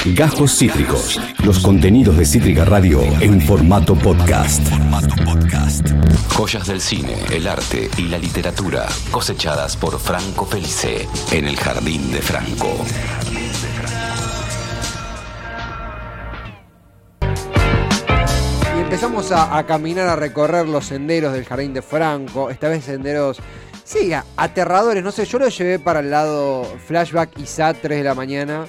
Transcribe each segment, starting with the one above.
Gajos Cítricos. Los contenidos de Cítrica Radio en formato podcast. Joyas del cine, el arte y la literatura cosechadas por Franco Felice en el Jardín de Franco. Y empezamos a caminar, a recorrer los senderos del Jardín de Franco. Esta vez senderos, sí, aterradores. No sé, yo lo llevé para el lado flashback ISAT 3 de la mañana.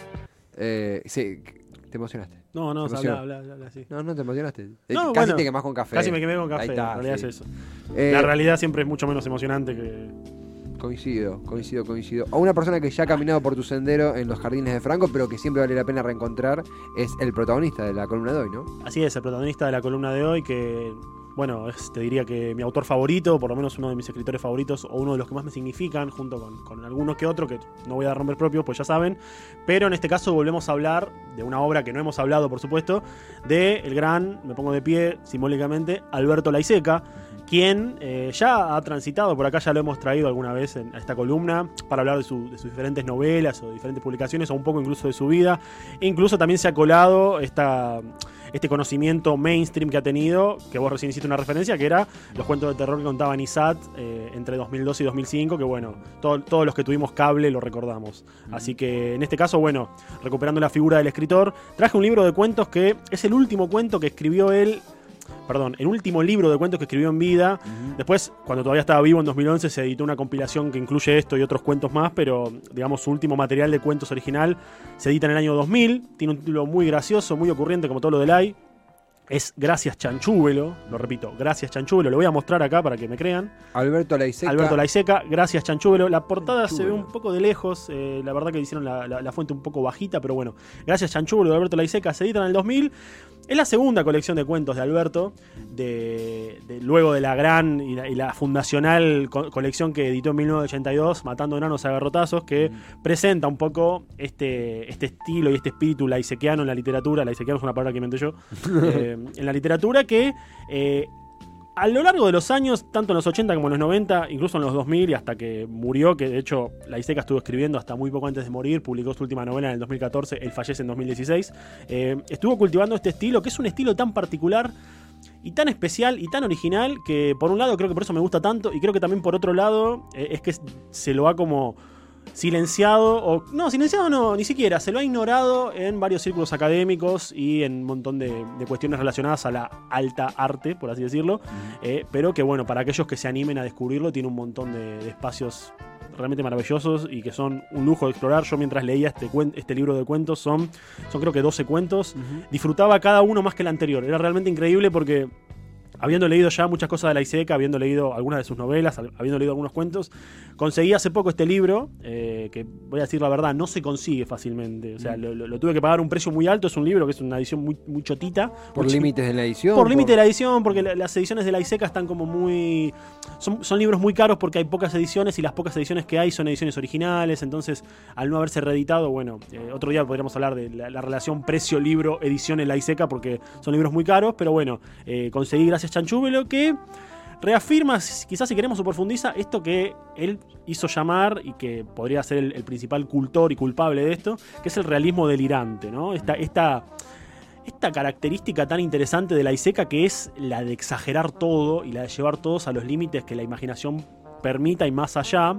Sí, ¿te emocionaste? No, habla, sí. No te emocionaste. No, casi bueno, te quemás con café. Casi me quemé con café, Ahí está, en realidad sí. es eso. La realidad siempre es mucho menos emocionante que... Coincido. A una persona que ya ha caminado por tu sendero en los Jardines de Franco, pero que siempre vale la pena reencontrar, es el protagonista de la columna de hoy, ¿no? Así es, el protagonista de la columna de hoy, que... Bueno, te diría que mi autor favorito, por lo menos uno de mis escritores favoritos, o uno de los que más me significan, junto con algunos que otros, que no voy a dar nombres propios, pues ya saben. Pero en este caso volvemos a hablar de una obra que no hemos hablado, por supuesto, de el gran, me pongo de pie simbólicamente, Alberto Laiseca, quien ya ha transitado por acá, ya lo hemos traído alguna vez a esta columna, para hablar de sus diferentes novelas o diferentes publicaciones, o un poco incluso de su vida. E incluso también se ha colado este conocimiento mainstream que ha tenido, que vos recién hiciste una referencia, que era los cuentos de terror que contaban ISAT entre 2002 y 2005, que bueno, todos los que tuvimos cable lo recordamos. Así que en este caso, bueno, recuperando la figura del escritor, traje un libro de cuentos que es el último cuento que escribió él. Perdón, el último libro de cuentos que escribió en vida. Después, cuando todavía estaba vivo en 2011, se editó una compilación que incluye esto y otros cuentos más, pero digamos su último material de cuentos original se edita en el año 2000. Tiene un título muy gracioso, muy ocurrente, como todo lo de Lai. Es Gracias Chanchúbelo, lo repito, Gracias Chanchúbelo. Lo voy a mostrar acá para que me crean. Alberto Laiseca, Gracias Chanchúbelo. La portada se ve un poco de lejos, la verdad que hicieron la fuente un poco bajita, pero bueno. Gracias Chanchúbelo de Alberto Laiseca se edita en el 2000. Es la segunda colección de cuentos de Alberto, luego de la gran y la fundacional colección que editó en 1982, Matando Enanos a Garrotazos, que presenta un poco este estilo y este espíritu laisequiano en la literatura. Laisequiano es una palabra que inventé yo. En la literatura que a lo largo de los años, tanto en los 80 como en los 90, incluso en los 2000 y hasta que murió, que de hecho Laiseca estuvo escribiendo hasta muy poco antes de morir, publicó su última novela en el 2014, él fallece en 2016, estuvo cultivando este estilo, que es un estilo tan particular y tan especial y tan original, que por un lado creo que por eso me gusta tanto, y creo que también por otro lado es que se lo ha como silenciado, silenciado no, ni siquiera, se lo ha ignorado en varios círculos académicos y en un montón de cuestiones relacionadas a la alta arte, por así decirlo, pero que bueno, para aquellos que se animen a descubrirlo, tiene un montón de espacios realmente maravillosos y que son un lujo de explorar. Yo mientras leía este libro de cuentos, son creo que 12 cuentos, disfrutaba cada uno más que el anterior, era realmente increíble porque... Habiendo leído ya muchas cosas de Laiseca, habiendo leído algunas de sus novelas, habiendo leído algunos cuentos, conseguí hace poco este libro, que voy a decir la verdad, no se consigue fácilmente. O sea, lo tuve que pagar un precio muy alto. Es un libro que es una edición muy chotita. ¿Por límites de la edición? Por límite de la edición, porque las ediciones de Laiseca están como muy... Son libros muy caros porque hay pocas ediciones y las pocas ediciones que hay son ediciones originales. Entonces, al no haberse reeditado, bueno, otro día podríamos hablar de la relación precio-libro-edición en Laiseca porque son libros muy caros, pero bueno, conseguí Gracias Chanchúbelo, que reafirma, quizás si queremos o profundiza, esto que él hizo llamar y que podría ser el principal cultor y culpable de esto, que es el realismo delirante, ¿no? Esta característica tan interesante de Laiseca, que es la de exagerar todo y la de llevar todos a los límites que la imaginación permita y más allá.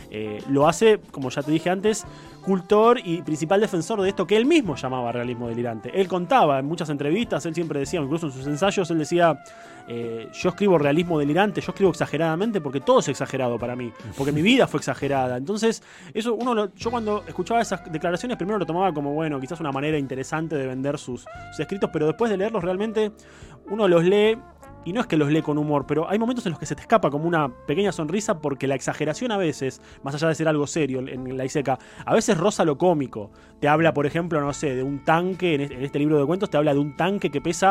Lo hace, como ya te dije antes, cultor y principal defensor de esto que él mismo llamaba realismo delirante. Él contaba en muchas entrevistas, él siempre decía, incluso en sus ensayos, él decía, yo escribo realismo delirante, yo escribo exageradamente porque todo es exagerado para mí, porque mi vida fue exagerada. Entonces, eso yo cuando escuchaba esas declaraciones, primero lo tomaba como, bueno, quizás una manera interesante de vender sus escritos, pero después de leerlos realmente, uno los lee. Y no es que los lee con humor, pero hay momentos en los que se te escapa como una pequeña sonrisa porque la exageración a veces, más allá de ser algo serio en Laiseca, a veces roza lo cómico. Te habla, por ejemplo, no sé, de un tanque, en este libro de cuentos te habla de un tanque que pesa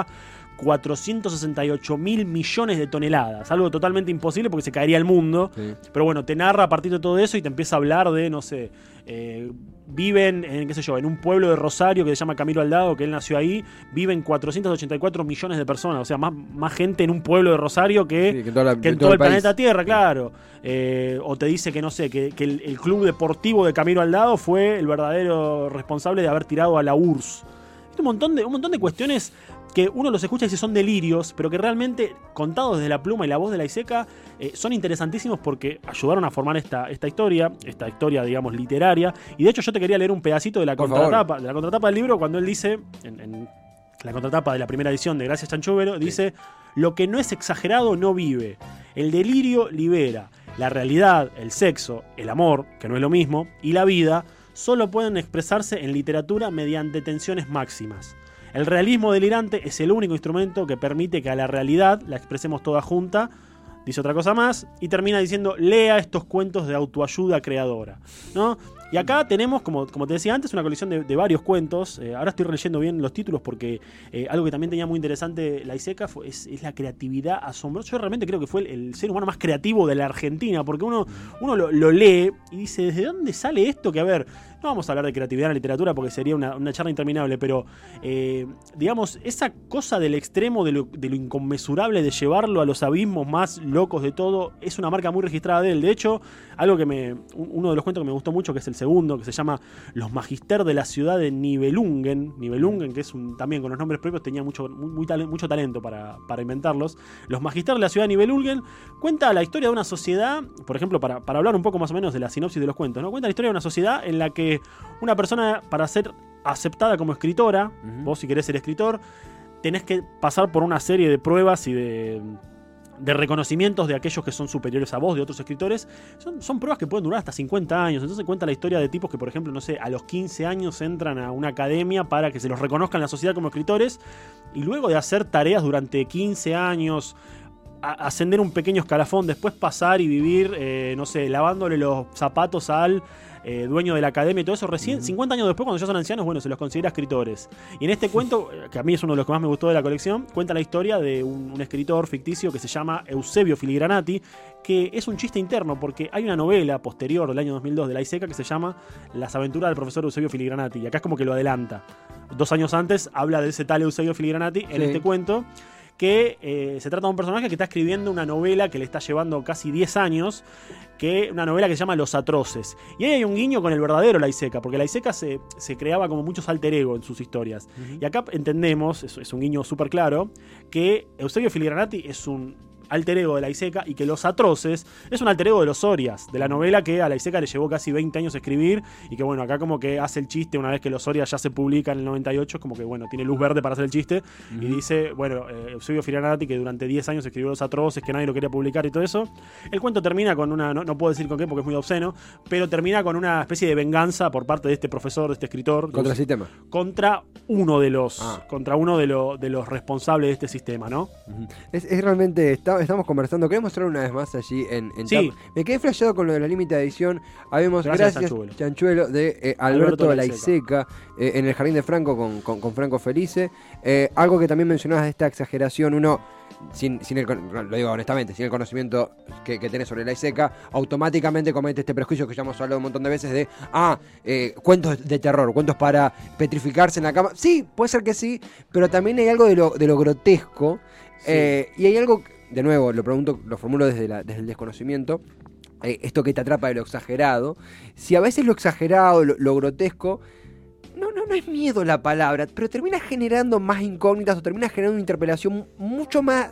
468 mil millones de toneladas. Algo totalmente imposible porque se caería el mundo. Sí. Pero bueno, te narra a partir de todo eso y te empieza a hablar de, no sé, viven en, qué sé yo, en un pueblo de Rosario que se llama Camilo Aldao, que él nació ahí, viven 484 millones de personas, o sea, más gente en un pueblo de Rosario que en todo el planeta Tierra, claro. O te dice que, no sé, que el club deportivo de Camilo Aldao fue el verdadero responsable de haber tirado a la URSS. Un montón de cuestiones que uno los escucha y dice son delirios, pero que realmente, contados desde la pluma y la voz de Laiseka, son interesantísimos porque ayudaron a formar esta historia, digamos, literaria. Y de hecho yo te quería leer un pedacito de la contratapa del libro, cuando él dice, en la contratapa de la primera edición de Gracias Chanchuvelo, dice: lo que no es exagerado no vive, el delirio libera, la realidad, el sexo, el amor, que no es lo mismo, y la vida solo pueden expresarse en literatura mediante tensiones máximas. El realismo delirante es el único instrumento que permite que a la realidad la expresemos toda junta. Dice otra cosa más y termina diciendo: lea estos cuentos de autoayuda creadora, ¿no? Y acá tenemos, como te decía antes, una colección de varios cuentos. Ahora estoy releyendo bien los títulos porque algo que también tenía muy interesante Laiseka es la creatividad asombrosa. Yo realmente creo que fue el ser humano más creativo de la Argentina, porque uno lo lee y dice: ¿desde dónde sale esto? Que a ver, no vamos a hablar de creatividad en la literatura porque sería una charla interminable, pero digamos, esa cosa del extremo, de lo inconmensurable, de llevarlo a los abismos más locos de todo, es una marca muy registrada de él. De hecho, uno de los cuentos que me gustó mucho, que es el segundo, que se llama Los Magister de la ciudad de Nibelungen, que es también con los nombres propios tenía mucho talento para inventarlos. Los Magister de la ciudad de Nibelungen cuenta la historia de una sociedad, por ejemplo, para hablar un poco más o menos de la sinopsis de los cuentos, ¿no? Cuenta la historia de una sociedad en la que una persona, para ser aceptada como escritora, vos si querés ser escritor, tenés que pasar por una serie de pruebas y de reconocimientos de aquellos que son superiores a vos, de otros escritores. Son pruebas que pueden durar hasta 50 años. Entonces cuenta la historia de tipos que, por ejemplo, no sé, a los 15 años entran a una academia para que se los reconozca en la sociedad como escritores, y luego de hacer tareas durante 15 años, ascender un pequeño escalafón, después pasar y vivir, no sé, lavándole los zapatos al dueño de la academia y todo eso, recién 50 años después, cuando ya son ancianos, bueno, se los considera escritores. Y en este cuento, que a mí es uno de los que más me gustó de la colección, cuenta la historia de un escritor ficticio que se llama Eusebio Filigranati, que es un chiste interno, porque hay una novela posterior del año 2002 de Laiseka que se llama Las aventuras del profesor Eusebio Filigranati, y acá es como que lo adelanta. 2 años antes habla de ese tal Eusebio Filigranati en este cuento, que se trata de un personaje que está escribiendo una novela que le está llevando casi 10 años, una novela que se llama Los Atroces. Y ahí hay un guiño con el verdadero Laiseka, porque Laiseka se creaba como muchos alter ego en sus historias. Y acá entendemos, es un guiño súper claro, que Eusebio Filigranati es un alter ego de Laiseka, y que Los Atroces es un alter ego de los Sorias, de la novela que a Laiseka le llevó casi 20 años escribir, y que bueno, acá como que hace el chiste una vez que los Sorias ya se publica en el 98, como que bueno, tiene luz verde para hacer el chiste, y dice, bueno, Eusebio Filigranati, que durante 10 años escribió Los Atroces, que nadie lo quería publicar y todo eso. El cuento termina con no puedo decir con qué porque es muy obsceno, pero termina con una especie de venganza por parte de este profesor, de este escritor. Contra el sistema. Contra uno de los responsables de este sistema, ¿no? Es realmente... Estamos conversando, queremos mostrar una vez más allí en sí. Me quedé flasheado con lo de la límite de edición. Habemos Gracias Chanchuelo de Alberto Laiseka en el Jardín de Franco con Franco Felice. Algo que también mencionabas de esta exageración, uno lo digo honestamente, sin el conocimiento que tenés sobre Laiseka, automáticamente comete este prejuicio que ya hemos hablado un montón de veces de cuentos de terror, cuentos para petrificarse en la cama. Sí, puede ser que sí, pero también hay algo de lo grotesco. Sí. Y hay algo, de nuevo, lo formulo desde el desconocimiento, esto que te atrapa de lo exagerado. Si a veces lo exagerado, lo grotesco, no es miedo la palabra, pero termina generando más incógnitas o termina generando una interpelación mucho más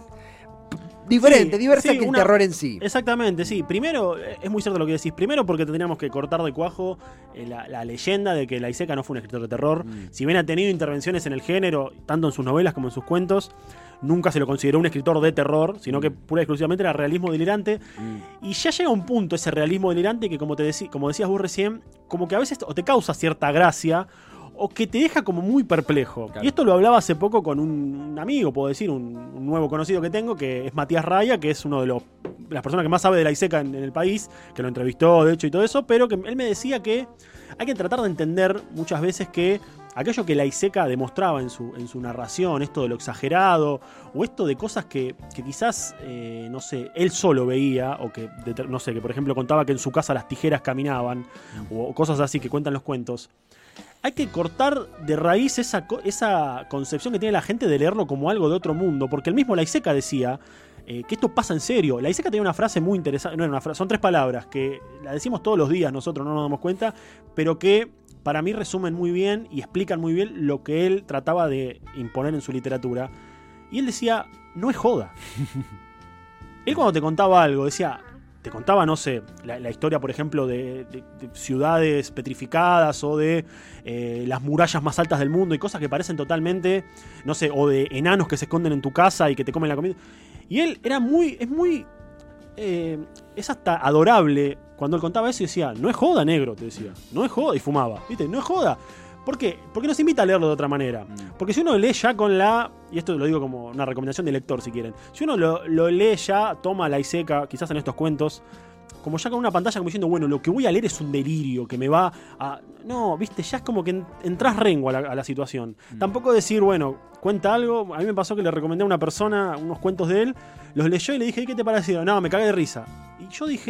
diversa que el terror en sí. Exactamente, sí. Primero, es muy cierto lo que decís. Primero porque tendríamos que cortar de cuajo la leyenda de que Laiseka no fue un escritor de terror. Si bien ha tenido intervenciones en el género, tanto en sus novelas como en sus cuentos, nunca se lo consideró un escritor de terror, sino que pura y exclusivamente era realismo delirante. Y ya llega un punto ese realismo delirante que, como decías vos recién, como que a veces o te causa cierta gracia o que te deja como muy perplejo. Claro. Y esto lo hablaba hace poco con un amigo, puedo decir, un nuevo conocido que tengo, que es Matías Raya, que es uno de las personas que más sabe de Laiseka en el país, que lo entrevistó, de hecho, y todo eso, pero que él me decía que hay que tratar de entender muchas veces que aquello que Laiseka demostraba en su narración, esto de lo exagerado, o esto de cosas que quizás, no sé, él solo veía, o que, no sé, que por ejemplo contaba que en su casa las tijeras caminaban, o cosas así que cuentan los cuentos. Hay que cortar de raíz esa concepción que tiene la gente de leerlo como algo de otro mundo, porque el mismo Laiseka decía que esto pasa en serio. Laiseka tenía una frase muy interesante, no era una frase, son 3 palabras que la decimos todos los días, nosotros no nos damos cuenta, pero que para mí resumen muy bien y explican muy bien lo que él trataba de imponer en su literatura. Y él decía, no es joda. Él cuando te contaba algo, decía... Te contaba, no sé, la historia, por ejemplo, de ciudades petrificadas o de las murallas más altas del mundo y cosas que parecen totalmente, no sé, o de enanos que se esconden en tu casa y que te comen la comida. Y él es hasta adorable cuando él contaba eso y decía, no es joda, negro, te decía, no es joda, y fumaba, ¿viste? No es joda. ¿Por qué? Porque nos invita a leerlo de otra manera. Porque si uno lee ya con y esto lo digo como una recomendación de lector si quieren, si uno lo lee ya, toma Laiseka, quizás en estos cuentos, como ya con una pantalla como diciendo, bueno, lo que voy a leer es un delirio que me va a... No, viste, ya es como que entras rengo a la situación. Tampoco decir, bueno, cuenta algo. A mí me pasó que le recomendé a una persona unos cuentos de él, los leyó y le dije, ¿qué te parecieron? No, me cagué de risa. Y yo dije,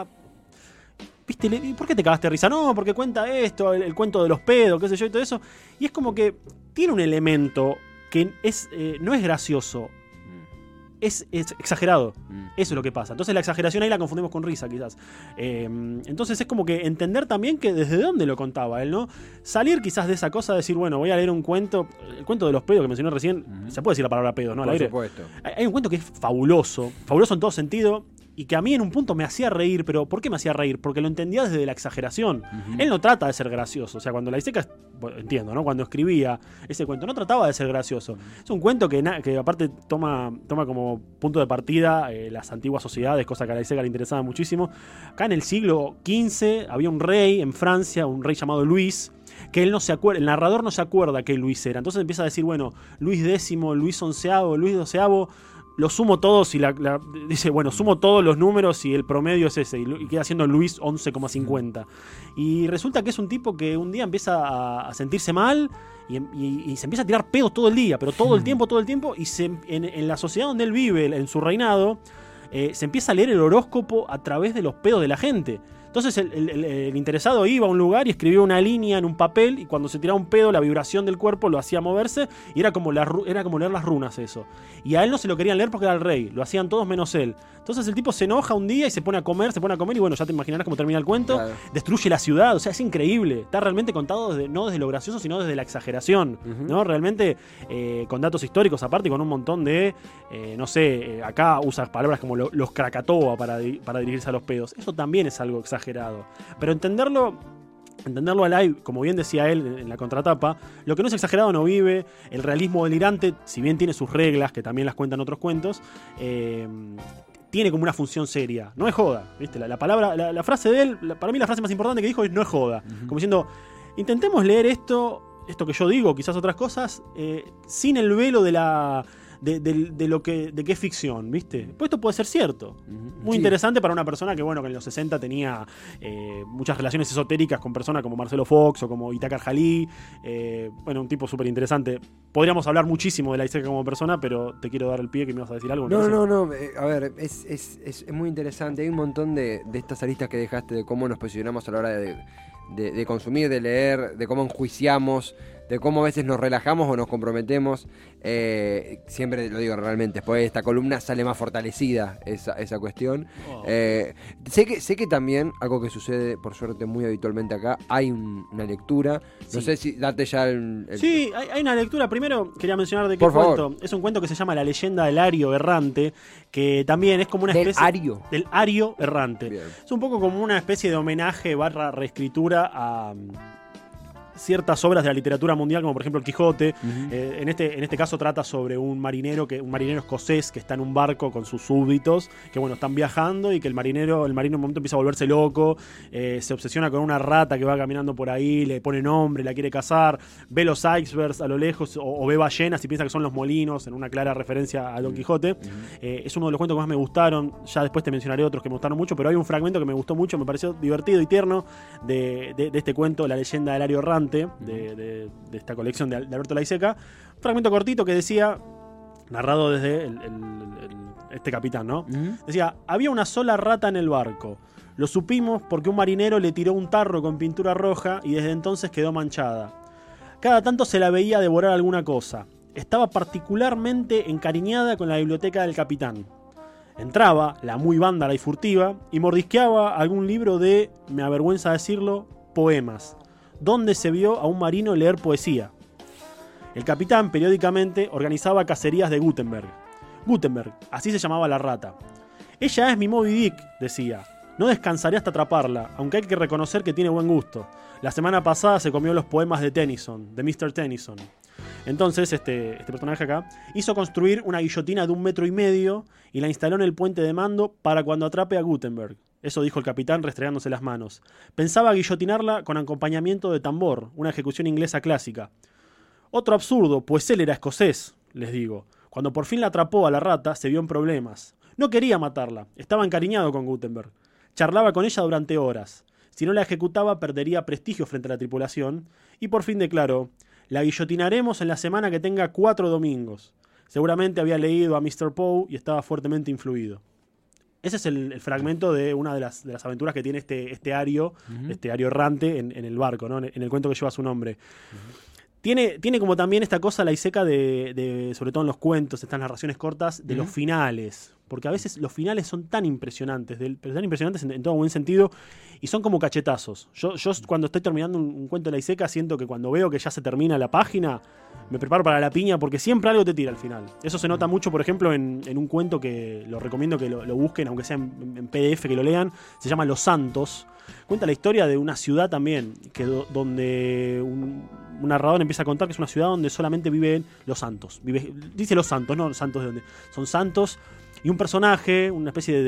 ¿viste? ¿Y por qué te cagaste de risa? No, porque cuenta esto, el cuento de los pedos, qué sé yo, y todo eso. Y es como que tiene un elemento que no es gracioso, es exagerado. Eso es lo que pasa. Entonces la exageración ahí la confundimos con risa, quizás. Entonces es como que entender también que desde dónde lo contaba él, ¿no? Salir quizás de esa cosa de decir, bueno, voy a leer un cuento, el cuento de los pedos que mencioné recién, se puede decir la palabra pedo, ¿no? Al aire. Por supuesto. Hay un cuento que es fabuloso en todo sentido, y que a mí en un punto me hacía reír, pero ¿por qué me hacía reír? Porque lo entendía desde la exageración. Él no trata de ser gracioso, o sea, cuando Laiseka, entiendo, ¿no? Cuando escribía ese cuento, no trataba de ser gracioso. Es un cuento que aparte toma como punto de partida las antiguas sociedades, cosa que a Laiseka le interesaba muchísimo. Acá en el siglo XV había un rey en Francia, un rey llamado Luis, que él no se acuerda, el narrador no se acuerda qué Luis era. Entonces empieza a decir, bueno, Luis X, Luis XI, Luis XII... Lo sumo todos y dice, bueno, sumo todos los números y el promedio es ese. Y queda siendo Luis 11,50. Y resulta que es un tipo que un día empieza a sentirse mal y se empieza a tirar pedos todo el día, pero todo el tiempo. Y en la sociedad donde él vive, en su reinado, se empieza a leer el horóscopo a través de los pedos de la gente. Entonces el interesado iba a un lugar y escribía una línea en un papel, y cuando se tiraba un pedo, la vibración del cuerpo lo hacía moverse, y era como leer las runas eso. Y a él no se lo querían leer porque era el rey, lo hacían todos menos él. Entonces el tipo se enoja un día y se pone a comer, y bueno, ya te imaginarás cómo termina el cuento. Claro. Destruye la ciudad, o sea, es increíble. Está realmente contado no desde lo gracioso, sino desde la exageración, ¿no? Realmente con datos históricos aparte y con un montón de, no sé, acá usa palabras como los Krakatoa para dirigirse a los pedos. Eso también es algo exagerado. Pero entenderlo al live, como bien decía él en la contratapa, lo que no es exagerado no vive. El realismo delirante, si bien tiene sus reglas, que también las cuentan otros cuentos, tiene como una función seria. No es joda, ¿viste? La frase de él, para mí la frase más importante que dijo es no es joda. Como diciendo, intentemos leer esto que yo digo, quizás otras cosas, sin el velo de qué es ficción, ¿viste? Pues esto puede ser cierto. Muy interesante para una persona que en los 60 tenía muchas relaciones esotéricas con personas como Marcelo Fox o como Itacar Jalí. Un tipo súper interesante. Podríamos hablar muchísimo de Laiseka como persona, pero te quiero dar el pie que me vas a decir algo. No. A ver, es muy interesante. Hay un montón de estas aristas que dejaste de cómo nos posicionamos a la hora de consumir, de leer, de cómo enjuiciamos, de cómo a veces nos relajamos o nos comprometemos. Siempre lo digo realmente, después de esta columna sale más fortalecida esa cuestión. Sé que también, algo que sucede por suerte muy habitualmente acá, hay una lectura. No sé si date ya Sí, hay una lectura. Primero quería mencionar de qué cuento. Es un cuento que se llama La leyenda del Ario Errante, que también es como una especie... Del Ario Errante. Bien. Es un poco como una especie de homenaje / reescritura a ciertas obras de la literatura mundial, como por ejemplo el Quijote. En este caso trata sobre un marinero escocés que está en un barco con sus súbditos, que están viajando, y que el marino en un momento empieza a volverse loco, se obsesiona con una rata que va caminando por ahí, le pone nombre, la quiere cazar, ve los icebergs a lo lejos o ve ballenas y piensa que son los molinos, en una clara referencia a Don Quijote. Es uno de los cuentos que más me gustaron. Ya después te mencionaré otros que me gustaron mucho, pero hay un fragmento que me gustó mucho, me pareció divertido y tierno de este cuento, La leyenda del Ario Errante, importante de esta colección de Alberto Laiseca. Un fragmento cortito que decía, narrado desde este capitán, ¿no? Decía: había una sola rata en el barco. Lo supimos porque un marinero le tiró un tarro con pintura roja y desde entonces quedó manchada. Cada tanto se la veía devorar alguna cosa. Estaba particularmente encariñada con la biblioteca del capitán. Entraba, la muy vándala y furtiva, y mordisqueaba algún libro de, me avergüenza decirlo, poemas, donde se vio a un marino leer poesía. El capitán periódicamente organizaba cacerías de Gutenberg. Gutenberg, así se llamaba la rata. Ella es mi Moby Dick, decía. No descansaré hasta atraparla, aunque hay que reconocer que tiene buen gusto. La semana pasada se comió los poemas de Tennyson, de Mr. Tennyson. Entonces, este personaje acá hizo construir una guillotina de 1,5 metros y la instaló en el puente de mando para cuando atrape a Gutenberg. Eso dijo el capitán restregándose las manos. Pensaba guillotinarla con acompañamiento de tambor, una ejecución inglesa clásica. Otro absurdo, pues él era escocés, les digo. Cuando por fin la atrapó a la rata, se vio en problemas. No quería matarla, estaba encariñado con Gutenberg. Charlaba con ella durante horas. Si no la ejecutaba, perdería prestigio frente a la tripulación. Y por fin declaró: la guillotinaremos en la semana que tenga 4 domingos. Seguramente había leído a Mr. Poe y estaba fuertemente influido. Ese es el fragmento de una de las aventuras que tiene este ario errante en el barco, ¿no? En el cuento que lleva su nombre. Tiene como también esta cosa Laiseca de sobre todo en los cuentos, estas narraciones cortas, de los finales. Porque a veces los finales son tan impresionantes, pero tan impresionantes en todo buen sentido, y son como cachetazos. Yo cuando estoy terminando un cuento de Laiseca, siento que cuando veo que ya se termina la página, me preparo para la piña, porque siempre algo te tira al final. Eso se nota mucho, por ejemplo, en un cuento que lo recomiendo que lo busquen, aunque sea en PDF, que lo lean. Se llama Los Santos. Cuenta la historia de una ciudad también, donde un narrador empieza a contar que es una ciudad donde solamente viven los santos. Dice los santos, no los santos de dónde. Son santos. Y un personaje, una especie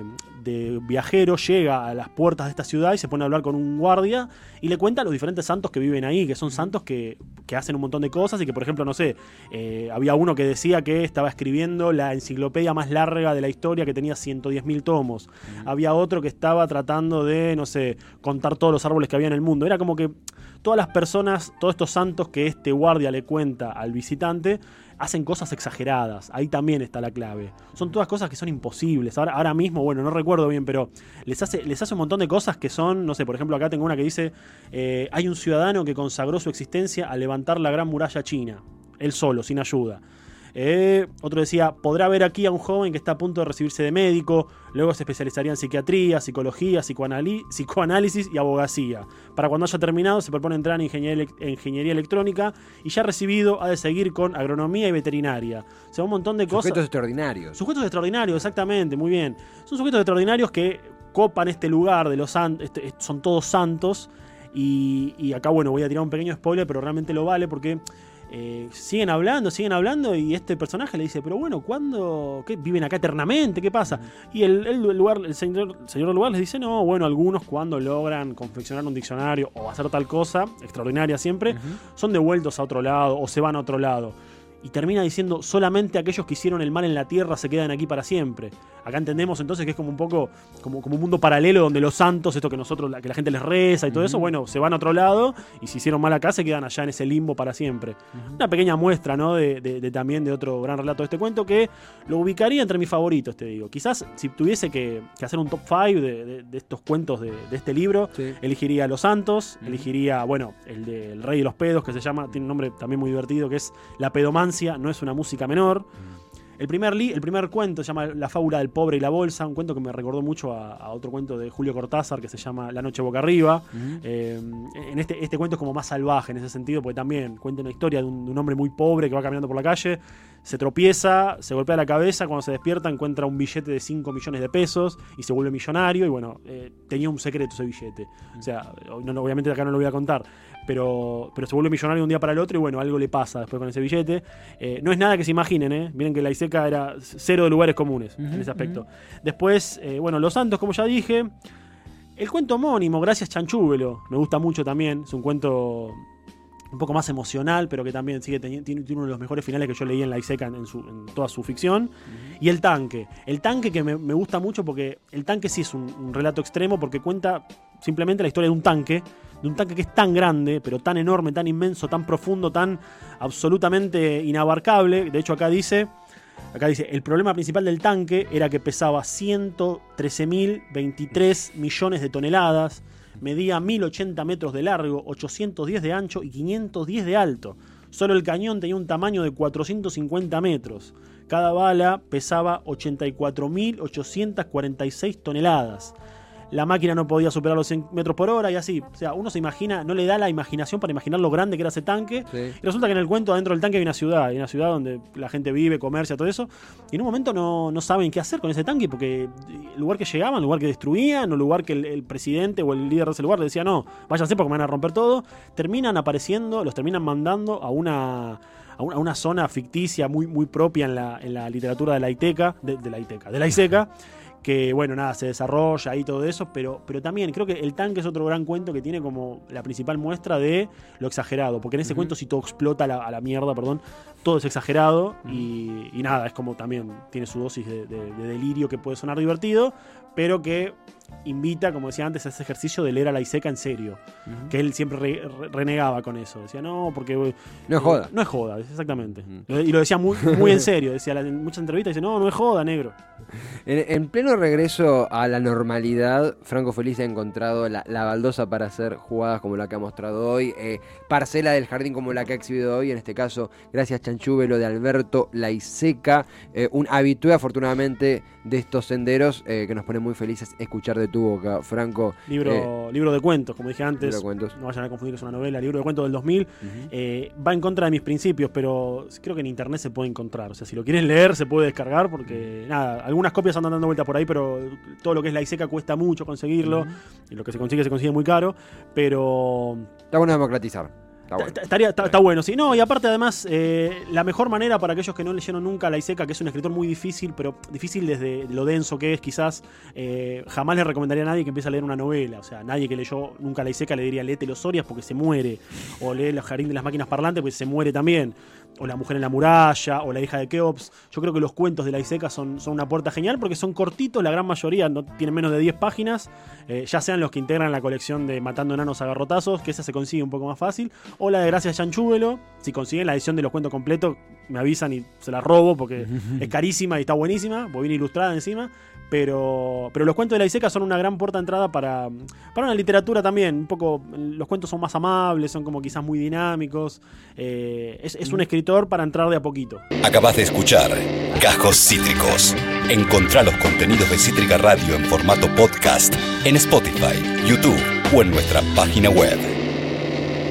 de viajero, llega a las puertas de esta ciudad y se pone a hablar con un guardia y le cuenta a los diferentes santos que viven ahí, que son santos que hacen un montón de cosas y que, por ejemplo, no sé, había uno que decía que estaba escribiendo la enciclopedia más larga de la historia, que tenía 110.000 tomos. Había otro que estaba tratando de, no sé, contar todos los árboles que había en el mundo. Era como que todas las personas, todos estos santos que este guardia le cuenta al visitante, hacen cosas exageradas. Ahí también está la clave. Son todas cosas que son imposibles. Ahora mismo, bueno, no recuerdo bien, pero les hace un montón de cosas que son, no sé, por ejemplo, acá tengo una que dice: hay un ciudadano que consagró su existencia a levantar la gran muralla china. Él solo, sin ayuda. Otro decía: podrá ver aquí a un joven que está a punto de recibirse de médico, luego se especializaría en psiquiatría, psicología, psicoanálisis y abogacía. Para cuando haya terminado se propone entrar en ingeniería electrónica y ya recibido ha de seguir con agronomía y veterinaria. O sea, un montón de cosas. Sujetos extraordinarios. Sujetos extraordinarios, exactamente, muy bien. Son sujetos extraordinarios que copan este lugar de los santos, son todos santos. Y acá, bueno, voy a tirar un pequeño spoiler, pero realmente lo vale porque siguen hablando y este personaje le dice: pero bueno, ¿cuándo? ¿Qué? ¿Viven acá eternamente? ¿Qué pasa? Y el señor del lugar les dice: no, bueno, algunos cuando logran confeccionar un diccionario o hacer tal cosa, extraordinaria siempre, son devueltos a otro lado o se van a otro lado. Y termina diciendo: solamente aquellos que hicieron el mal en la tierra se quedan aquí para siempre. Acá entendemos entonces que es como un poco como un mundo paralelo donde los santos, esto que que la gente les reza y todo eso, bueno, se van a otro lado y si hicieron mal acá se quedan allá en ese limbo para siempre. Una pequeña muestra, ¿no? También de otro gran relato de este cuento que lo ubicaría entre mis favoritos, te digo. Quizás si tuviese que hacer un top 5 de estos cuentos de este libro, sí, elegiría Los Santos, elegiría, bueno, el del Rey de los Pedos, que se llama, tiene un nombre también muy divertido, que es La Pedomancia no es una música menor. El primer cuento se llama La Fábula del Pobre y la Bolsa, un cuento que me recordó mucho a otro cuento de Julio Cortázar que se llama La Noche Boca Arriba. En este cuento es como más salvaje en ese sentido, porque también cuenta una historia de un hombre muy pobre que va caminando por la calle, se tropieza, se golpea la cabeza, cuando se despierta encuentra un billete de 5 millones de pesos y se vuelve millonario y bueno, tenía un secreto ese billete. O sea, obviamente acá no lo voy a contar, pero se vuelve millonario de un día para el otro y bueno, algo le pasa después con ese billete. No es nada que se imaginen, miren que Laiseca era cero de lugares comunes en ese aspecto. Después, bueno, Los Santos, como ya dije. El cuento homónimo, Gracias Chanchúbelo, me gusta mucho también. Es un cuento un poco más emocional, pero que también tiene uno de los mejores finales que yo leí en Laiseca en toda su ficción. Y El Tanque que me gusta mucho porque El Tanque sí es un relato extremo porque cuenta simplemente la historia de un tanque de un tanque que es tan grande, pero tan enorme, tan inmenso, tan profundo, tan absolutamente inabarcable. De hecho, acá dice, el problema principal del tanque era que pesaba 113.023 millones de toneladas, medía 1.080 metros de largo, 810 de ancho y 510 de alto. Solo el cañón tenía un tamaño de 450 metros. Cada bala pesaba 84.846 toneladas. La máquina no podía superar los 100 metros por hora y así. O sea, uno se imagina, no le da la imaginación para imaginar lo grande que era ese tanque. Sí. Y resulta que en el cuento, adentro del tanque hay una ciudad donde la gente vive, comercia, todo eso. Y en un momento no saben qué hacer con ese tanque porque el lugar que llegaban, el lugar que destruían, o el lugar que el presidente o el líder de ese lugar le decía, no, váyanse porque me van a romper todo. Terminan apareciendo, los terminan mandando a una zona ficticia muy, muy propia en la literatura de la ISECA, que bueno, nada, se desarrolla y todo eso, pero también creo que el tanque es otro gran cuento que tiene como la principal muestra de lo exagerado, porque en ese cuento si todo explota a la mierda, todo es exagerado y nada, es como también tiene su dosis de delirio que puede sonar divertido, pero que invita, como decía antes, a ese ejercicio de leer a la ISECA en serio, que él siempre renegaba con eso, decía no, porque no es joda. No es joda, exactamente. Y lo decía muy, muy en serio, decía en muchas entrevistas, dice no es joda, negro. En pleno regreso a la normalidad, Franco Felice ha encontrado la baldosa para hacer jugadas como la que ha mostrado hoy, parcela del jardín como la que ha exhibido hoy, en este caso, gracias Chanchúbelo de Alberto Laiseca, un habitué afortunadamente de estos senderos que nos pone muy felices escuchar de tu boca, Franco. Libro de cuentos, como dije antes, no vayan a confundir que es una novela, libro de cuentos del 2000, va en contra de mis principios, pero creo que en internet se puede encontrar, o sea, si lo quieren leer se puede descargar, porque nada, algunas copias andan dando vueltas por ahí, pero todo lo que es la ISECA cuesta mucho conseguirlo, y lo que se consigue muy caro, pero está bueno democratizar. Está bueno, sí. No, y aparte además, la mejor manera para aquellos que no leyeron nunca a Laiseca, que es un escritor muy difícil, pero difícil desde lo denso que es, quizás, jamás le recomendaría a nadie que empiece a leer una novela. O sea, nadie que leyó nunca a Laiseca le diría léete Los Orias porque se muere, o lee El Jardín de las Máquinas Parlantes porque se muere también, o La Mujer en la Muralla, o La Hija de Keops. Yo creo que los cuentos de Laiseca son una puerta genial porque son cortitos, la gran mayoría no tienen menos de 10 páginas, ya sean los que integran la colección de Matando Enanos a Garrotazos, que esa se consigue un poco más fácil, o la de Gracias Chanchúbelo. Si consiguen la edición de los cuentos completos, me avisan y se la robo porque es carísima y está buenísima, porque viene ilustrada encima. Pero los cuentos de la ISECA son una gran puerta de entrada para una literatura también. Un poco, los cuentos son más amables, son como quizás muy dinámicos. Es un escritor para entrar de a poquito. Acabas de escuchar Cajos Cítricos. Encontrá los contenidos de Cítrica Radio en formato podcast en Spotify, YouTube o en nuestra página web.